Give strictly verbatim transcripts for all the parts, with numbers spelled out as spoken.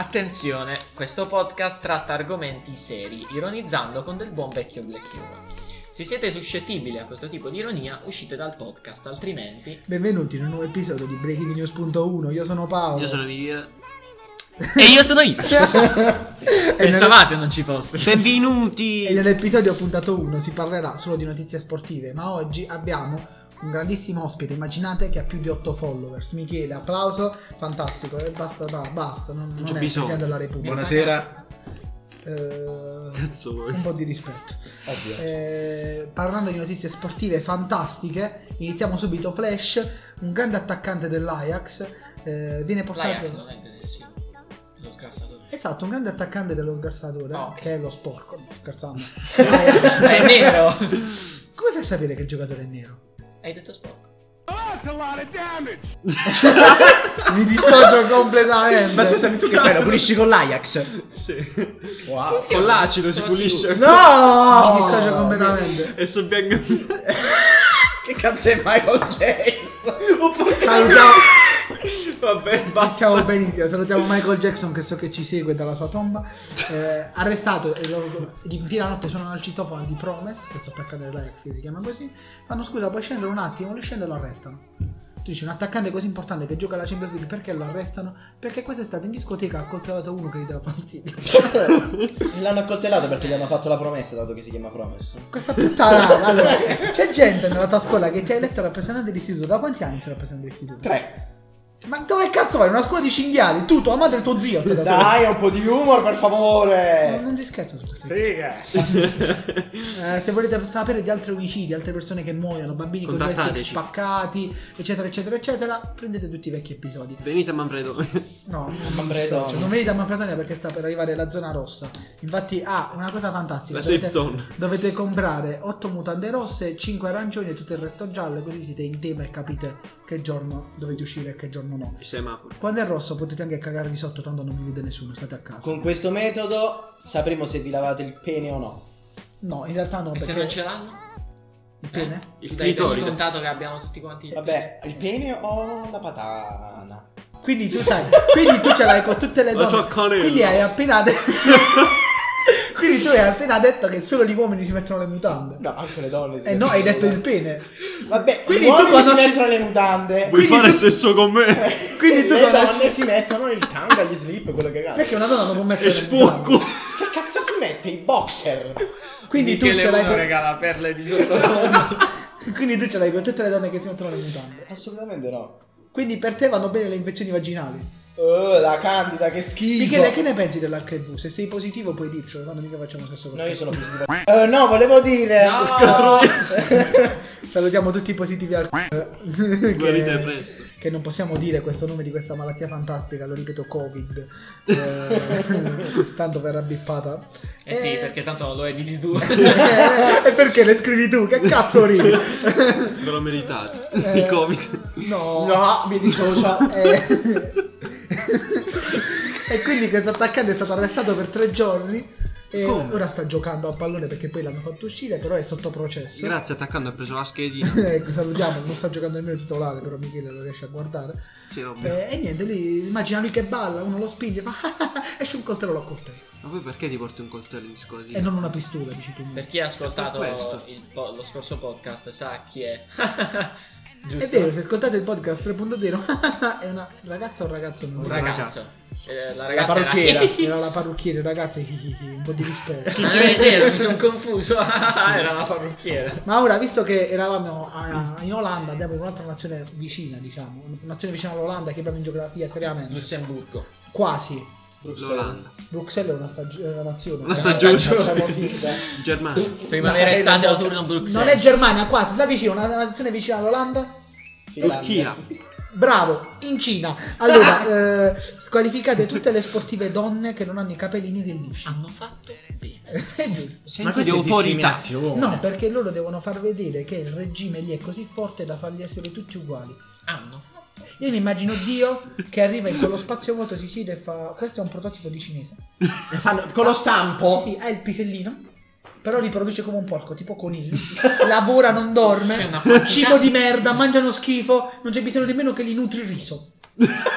Attenzione, questo podcast tratta argomenti seri, ironizzando con del buon vecchio black humor. Se siete suscettibili a questo tipo di ironia, uscite dal podcast, altrimenti... Benvenuti in un nuovo episodio di Breaking News punto uno. Io sono Paolo. Io sono Vivia. E io sono io. Pensavate non ci fosse. Benvenuti. E nell'episodio puntato uno si parlerà solo di notizie sportive, ma oggi abbiamo un grandissimo ospite. Immaginate che ha più di otto followers. Michele, applauso, fantastico. E basta, da, basta, non, non, non è il Presidente della Repubblica. Buonasera. Eh, Cazzo vuoi? un po' di rispetto. Ovvio. Eh, parlando di notizie sportive fantastiche, iniziamo subito. Flash, un grande attaccante dell'Ajax, eh, viene portato... L'Ajax non è del sì, lo sgrassatore. Esatto, un grande attaccante dello sgrassatore, Oh, okay. che è lo sporco, scherzando. È nero. Come fai a sapere che il giocatore è nero? Hai detto sporco. Mi dissocio completamente. Ma scusami, tu che fai? Lo pulisci con l'Ajax? Sì. Wow. Funziona. Con l'acido si Sono pulisce. sicuro. No! Mi dissocio completamente. E so bianco. Che cazzo è Michael Jackson? Salutiamo, Vabbè, basta. Stiamo benissimo. Salutiamo Michael Jackson, che so che ci segue dalla sua tomba. Eh, arrestato e lo- di piena notte suonano al citofono di Promes, questo attaccante dell'Ajax che si chiama così. Fanno scusa, puoi scendere un attimo, lo scende e lo arrestano. Tu dici, un attaccante così importante che gioca alla Champions League, perché lo arrestano? Perché quest'estate in discoteca ha accoltellato uno che gli dava fastidio. L'hanno accoltellato perché gli hanno fatto la promessa, dato che si chiama Promise. Questa puttanata. Allora, c'è gente nella tua scuola che ti ha eletto rappresentante dell'istituto. Da quanti anni sei rappresentante dell'istituto? Tre. Ma dove cazzo vai? In una scuola di cinghiali? Tu, tua madre e tuo zio stai da solo. Dai, un po' di humor, per favore. Non, non si scherza su queste cose. Figa. Eh, se volete sapere di altri omicidi, altre persone che muoiono, bambini con joystick Contattateci. spaccati, eccetera, eccetera, eccetera, prendete tutti i vecchi episodi. Venite a Manfredo. No, non Manfredonia. cioè, non venite a Manfredonia perché sta per arrivare la zona rossa. Infatti, ah, una cosa fantastica. La safe Dovete, zone. dovete comprare otto mutande rosse, cinque arancioni e tutto il resto giallo, così siete in tema e capite che giorno dovete uscire e che giorno no. I semafori. Quando è rosso potete anche cagarvi sotto, tanto non mi vede nessuno, state a casa. Con questo metodo sapremo se vi lavate il pene o no. No, in realtà no, E se perché non ce l'hanno? il pene? Eh? Il Dai per clitoride. scontato che abbiamo tutti quanti il Vabbè, il pene o la patana? Quindi tu sai, quindi tu ce l'hai con tutte le La donne. cioccanella. Quindi hai appena detto Quindi tu hai appena detto che solo gli uomini si mettono le mutande. No, anche le donne. si Eh no, mettono hai le detto il mutande. pene. Vabbè, Quindi gli tu uomini quando si ci- mettono le mutande. Vuoi Quindi fare tu- sesso con me? Quindi tu le quando donne ci- si mettono il tanga, gli slip, quello che cazzo. Perché una donna non può mettere E le sporco. mutande. Che cazzo si mette? I boxer? Quindi tu Michele ce l'hai uno con... regala perle di sottofondo. Quindi tu ce l'hai con tutte le donne che si mettono le mutande. Assolutamente no. Quindi per te vanno bene le infezioni vaginali. Oh, la candida, che schifo. Michele, che ne pensi dell'H I V? Se sei positivo puoi dircelo, no, non mica facciamo sesso con No, te. io sono positivo. Eh, no, volevo dire. No. Salutiamo tutti i positivi al Guarite che, presto. che non possiamo dire questo nome di questa malattia fantastica, lo ripeto, Covid. Eh, tanto verrà bippata. Eh sì, perché tanto lo editi tu. E perché le scrivi tu? Che cazzo ridi? Ve lo meritate. Eh. Il Covid. No. No, mi dissocia. Eh. E quindi questo attaccante è stato arrestato per tre giorni. E Come? ora sta giocando a pallone perché poi l'hanno fatto uscire, però è sotto processo. Grazie, attaccando ha preso la schedina. Ecco, salutiamo, non sta giocando nemmeno titolare, però Michele lo riesce a guardare. Sì, vabbè. Eh, e niente, lui immagina lui che balla, uno lo spinge, fa esce un coltello, lo accoltella. Ma poi perché ti porti un coltello in discoteca? E non una pistola, dici tu. Per chi ha ascoltato Per questo. il po- lo scorso podcast sa chi è. Giusto? È vero, se ascoltate il podcast tre punto zero è una ragazza o un ragazzo? Non Un lo ricordo. ragazzo. Eh, la La ragazza parrucchiera. era... Era la parrucchiera, ragazzi, un po' di rispetto. Ma non è vero, mi sono confuso. Era la parrucchiera. Ma ora, visto che eravamo a- in Olanda, andiamo in un'altra nazione vicina, diciamo, una nazione vicina all'Olanda che abbiamo in geografia seriamente. Lussemburgo. Quasi. L'Olanda. Bruxelles è una, stag- è una nazione. Una stagione. Facciamo finta. Germania. Primavera, No, estate, no, autunno, Bruxelles. Non è Germania, quasi, là vicino, una nazione vicina all'Olanda. Turchia. Bravo, in Cina. Allora, eh, squalificate tutte le sportive donne che non hanno i capelli neri e lisci. Hanno fatto bene. È giusto. Senti di autorità. No, perché loro devono far vedere che il regime lì è così forte da farli essere tutti uguali. Hanno. Io mi immagino Dio che arriva in quello spazio vuoto, si siede e fa: questo è un prototipo di cinese. Fanno- con lo stampo. Sì, sì, ha il pisellino, però riproduce come un porco, tipo conigli. Lavora, non dorme, C'è una quantità- cibo di merda, mangiano schifo, non c'è bisogno nemmeno che li nutri il riso.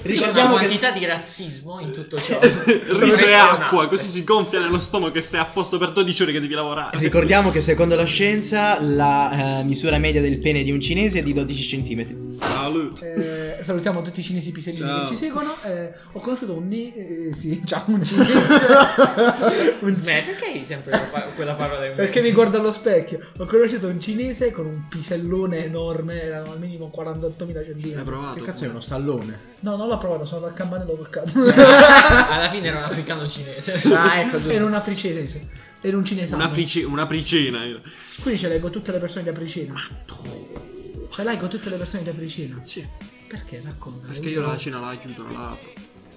Ricordiamo una che quantità di razzismo in tutto ciò. Riso e acqua, così si gonfia nello stomaco e stai a posto per dodici ore che devi lavorare. ricordiamo che secondo la scienza la eh, misura media del pene di un cinese è di dodici centimetri. Eh, salutiamo tutti i cinesi pisellini Ciao. che ci seguono. Eh, ho conosciuto un ni- eh, sì, ciao, un cinese. un ci- Smetti, perché hai sempre quella pa- quella parola in Perché mi mente? guardo allo specchio. Ho conosciuto un cinese con un pisellone enorme, erano al minimo quarantottomila Hai centimetri. provato? Che cazzo è uno stallone? No, non l'ho provato, sono andato al campanello col cazzo. Alla fine era un africano cinese. Ah, ecco. Era un africese, era un cinesano. Una, frici- una fricina. Quindi ce l'hai con tutte le persone di Apricena. Ce l'hai con tutte le persone di Apricena? Sì. Perché? Racconta. Perché io la cena la chiudo, non la apro.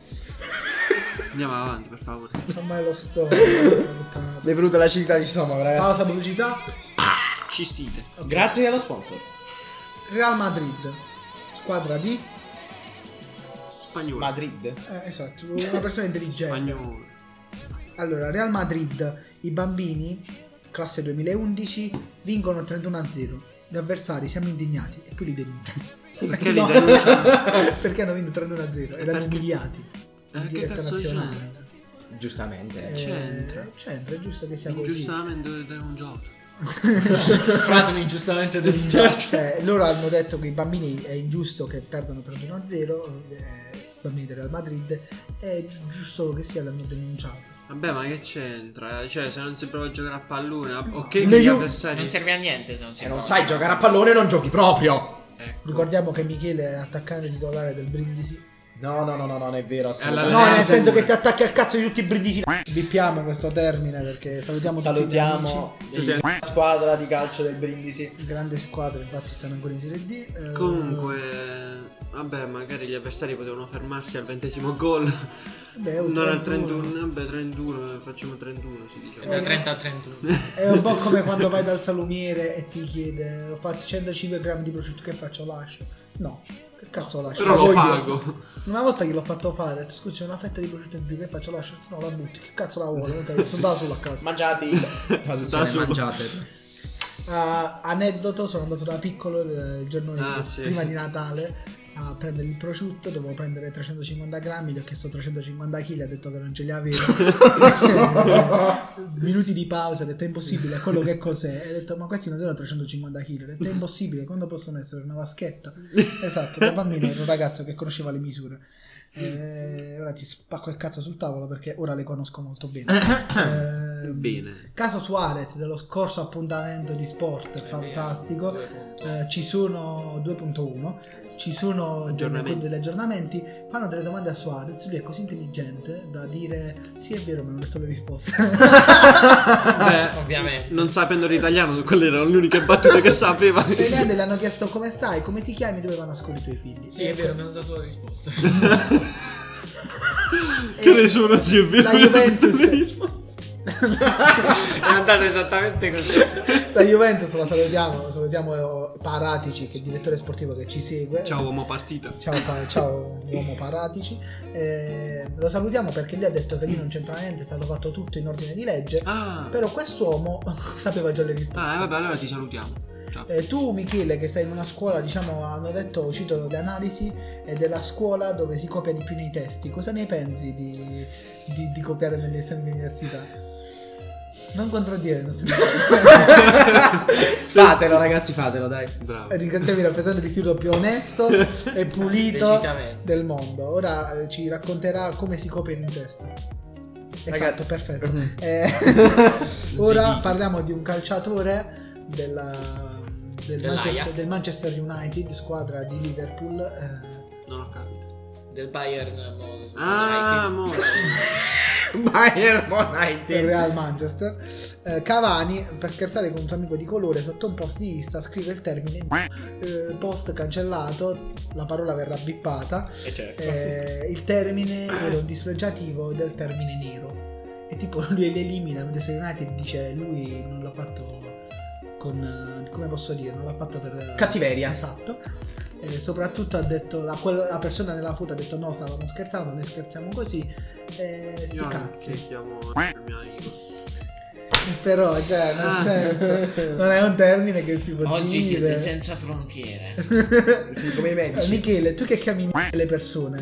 Andiamo avanti, per favore. Non mai lo stomaco. Mi è venuta la città di stomaco, ragazzi. Pausa pubblicità. Cistite. Grazie allo sponsor. Real Madrid. Squadra di... Spagnolo. Madrid. Eh, esatto, una persona intelligente. Spagnolo. Allora, Real Madrid, i bambini, classe duemilaundici, vincono trentuno a zero. Gli avversari siamo indignati e poi li denunciano. Perché No. li denunciano? Perché hanno vinto trentuno a zero e l'hanno perché? umiliati in Eh, che diretta cazzo nazionale. c'entra? Giustamente. Eh, c'entra? c'entra, è giusto che sia così. Ingiustamente denunciato. Fratemi ingiustamente denunciato. Cioè, loro hanno detto che i bambini è ingiusto che perdano trentuno a zero, eh, i bambini del Real Madrid, è giusto che sia l'hanno denunciato. Vabbè, ma che c'entra? Cioè, se non si prova a giocare a pallone, ok, Le che gli Ju- avversari. Non serve a niente se non si Se non prova. sai giocare a pallone non giochi proprio. Ecco. Ricordiamo che Michele è attaccante titolare del Brindisi. No, no, no, no, non è vero. alla- No, nel Eh, senso pure. che ti attacchi al cazzo di tutti i brindisi. Bippiamo questo termine perché salutiamo tutti Salutiamo Tu sei- la squadra di calcio del Brindisi. gli amici. Grande squadra, infatti stanno ancora in Serie D. Eh, Comunque, vabbè, magari gli avversari potevano fermarsi al ventesimo gol. beh, un Non al trentuno. trentuno, vabbè, trentuno, facciamo trentuno, si dice. Da trenta a trentuno. È un po' come quando vai dal salumiere e ti chiede: ho fatto centocinque grammi di prosciutto, che faccio? Lascio? No, che cazzo lascio? Però lo Pago io. pago. Una volta che l'ho fatto fare, ho detto: scusi, una fetta di prosciutto in più, che faccio? Lascio? No, la butti, che cazzo la vuole? Ok, sono da solo a casa. Mangiati. Da solo. mangiate. Ah, aneddoto, sono andato da piccolo eh, il giorno Ah, di- sì. prima di Natale a prendere il prosciutto, dovevo prendere trecentocinquanta grammi, gli ho chiesto trecentocinquanta chili, ha detto che non ce li aveva. Minuti di pausa, ha detto è impossibile, è quello che cos'è? E ho detto ma questi non sono trecentocinquanta chili, ho detto è impossibile, quando possono essere una vaschetta? Esatto, da bambino ero un ragazzo che conosceva le misure. Eh, ora ti spacco il cazzo sul tavolo perché ora le conosco molto bene. Eh, Bene. Caso Suarez dello scorso appuntamento di sport fantastico, eh, ci sono due punto uno, ci sono Aggiornamenti. degli aggiornamenti, fanno delle domande a Suarez, lui è così intelligente da dire sì è vero ma non ho detto le risposte. Beh, Ovviamente. non sapendo l'italiano, quelle erano le uniche battute che sapeva. E niente, gli hanno chiesto come stai, come ti chiami, dove vanno a scuola i tuoi figli. Sì, E è vero, que- mi hanno dato la risposta. e Che nessuno si è vero. la Juventus È andata esattamente così. la Juventus la salutiamo, salutiamo eh, Paratici che è il direttore sportivo che ci segue. Ciao uomo partita. Ciao, pa- ciao uomo Paratici. Eh, lo salutiamo perché lui ha detto che lui non c'entra niente, è stato fatto tutto in ordine di legge. Ah, Però quest'uomo sapeva già le risposte. ah, eh, vabbè, allora ti salutiamo. Ciao. Eh, tu Michele che stai in una scuola, diciamo, hanno detto, cito le analisi eh, della scuola dove si copia di più nei testi, cosa ne pensi di, di, di copiare negli esami di università? Non contraddire il nostro Fatelo, ragazzi, fatelo, dai. Bravo. ringraziamo il rappresentante dell'istituto più onesto e pulito Decisamente. del mondo. Ora eh, ci racconterà come si copia in un testo. Esatto, Ragazzi- perfetto. Eh, ora parliamo di un calciatore della, del, Dell'Ajax. Manchester, del Manchester United, squadra di Liverpool. eh, Non ho capito. Del Bayern mo- Ah, United. mo. Bayern del United. Real Manchester. Eh, Cavani, per scherzare con un suo amico di colore, sotto un post di Insta scrive il termine eh, post cancellato, la parola verrà bippata. Eh, certo. Eh, il termine era un dispregiativo del termine nero. E tipo lui li elimina. Manchester United dice lui non l'ha fatto con eh, come posso dire, non l'ha fatto per Cattiveria. esatto. E soprattutto ha detto la, quella, la persona nella foto ha detto no, stavamo scherzando, noi scherziamo così. E sti Io cazzi. che chiamo il mio amico. Però, cioè, nel Ah. senso, non è un termine che si può Oggi dire. siete senza frontiere. Come i Eh, medici. Michele, tu che chiami le persone,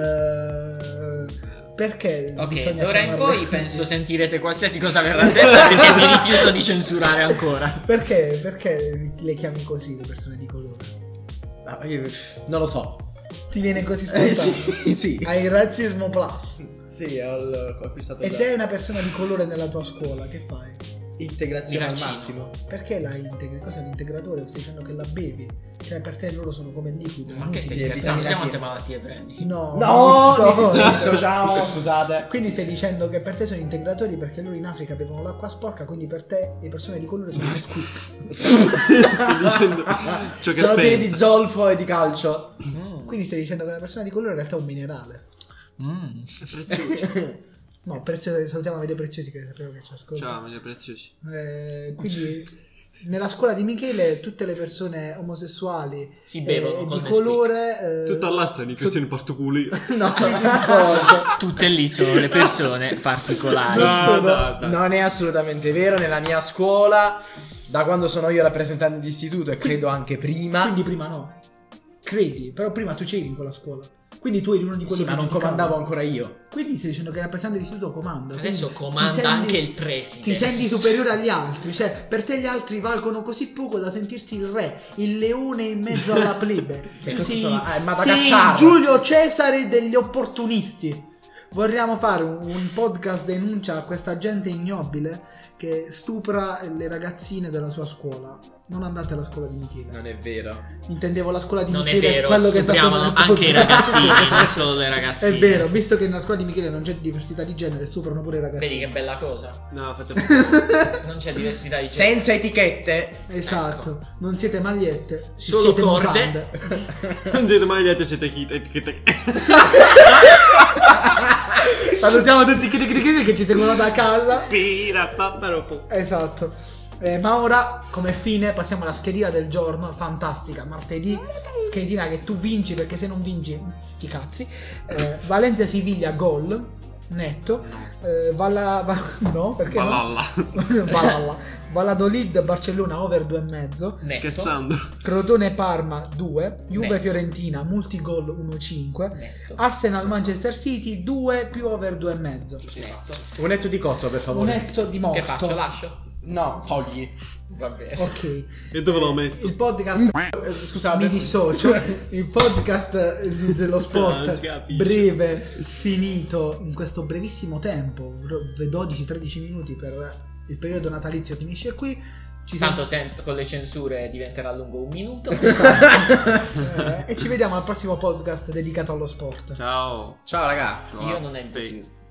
eh, perché Ok, bisogna d'ora in chiamarle- poi penso sentirete qualsiasi cosa verrà detta perché mi rifiuto di censurare ancora. Perché, perché le chiami così le persone di colore? Ah, io non lo so. Ti viene così Eh, spontaneo? sì, sì. Hai il razzismo plus. Sì, ho, ho acquistato E da- se hai una persona di colore nella tua scuola, che fai? integrazione Mi al vaccino. massimo. Perché la integri? Cos'è un integratore? Stai dicendo che la bevi? Cioè, per te loro sono come liquido. Ma che stai Sì, scherzando? sì, Sai sì. quante malattie prendi? No, No, non mi so. dissociamo, scusate. Quindi stai dicendo che per te sono integratori perché loro in Africa bevono l'acqua sporca, quindi per te le persone di colore sono Nesquik. Stai dicendo ciò che Sono pieni di pensa. zolfo e di calcio. Mm. Quindi stai dicendo che una persona di colore in realtà è un minerale. Mm. Preziosi. No, preziosi, salutiamo Amedeo Preziosi che sapevo che ci ascolta. Ciao, meglio preziosi. Eh, quindi nella scuola di Michele tutte le persone omosessuali Si bevono eh, con di Nesquik. colore eh, Tutto all'asta di questioni particolari. no, mi dissocio. Tutte lì sono le persone particolari. Non No, sono- dai, dai. Non è assolutamente vero. Nella mia scuola, da quando sono io rappresentante di istituto e credo anche prima, Quindi prima no. Credi, però prima tu c'eri in quella scuola. Quindi tu eri uno di quelli sì, che ma non giudicava. comandavo ancora io. Quindi stai dicendo che il rappresentante dell'istituto comanda. Adesso quindi comanda ti senti- anche il preside. Ti senti superiore agli altri, cioè per te gli altri valgono così poco da sentirti il re, il leone in mezzo alla plebe. Che Tu cosa sei, sono? Ah, è sei Madagascar. il Giulio Cesare degli opportunisti. Vorremmo fare un, un podcast denuncia a questa gente ignobile che stupra le ragazzine della sua scuola. Non andate alla scuola di Michele. Non è vero. Intendevo la scuola di Non è Michele, vero, quello che sta stupriamo sempre nel anche i podcast. ragazzini, non solo le ragazzine. È vero, visto che nella scuola di Michele non c'è diversità di genere, stuprano pure i ragazzini. Vedi che bella cosa. No, fate poco. Non c'è diversità di genere. Senza etichette. Esatto, non siete magliette, Solo siete corde. mutande. Non siete mai liete, siete chi? Etichette. Salutiamo tutti i critichi che ci seguono da casa. Pira, papparopo. Esatto. Eh, ma ora, come fine, passiamo alla schedina del giorno. Fantastica, martedì. Schedina che tu vinci, perché se non vinci, sti cazzi. Eh, Valencia-Siviglia, gol. Netto. Eh, Valla... Va... No, perché Valhalla. no? Valhalla. Valladolid, Barcellona, over due e mezzo. Netto. Scherzando. Crotone, Parma, due. Juve, Netto. Fiorentina, multigol uno virgola cinque. Netto. Arsenal, Manchester City, due più over due e mezzo. Netto. Un netto di cotto, per favore. Netto di morto. Che faccio? Lascio? No, togli. Va bene. Ok. E dove lo metto? Il podcast Eh, Scusate. mi dissocio. Il podcast eh, dello Non sport si capisce. breve finito in questo brevissimo tempo, dodici tredici minuti per il periodo natalizio finisce qui. Ci Tanto sen- con le censure diventerà lungo un minuto. eh, e ci vediamo al prossimo podcast dedicato allo sport. Ciao. Ciao, raga. Ciao. Io non entro Sì. più.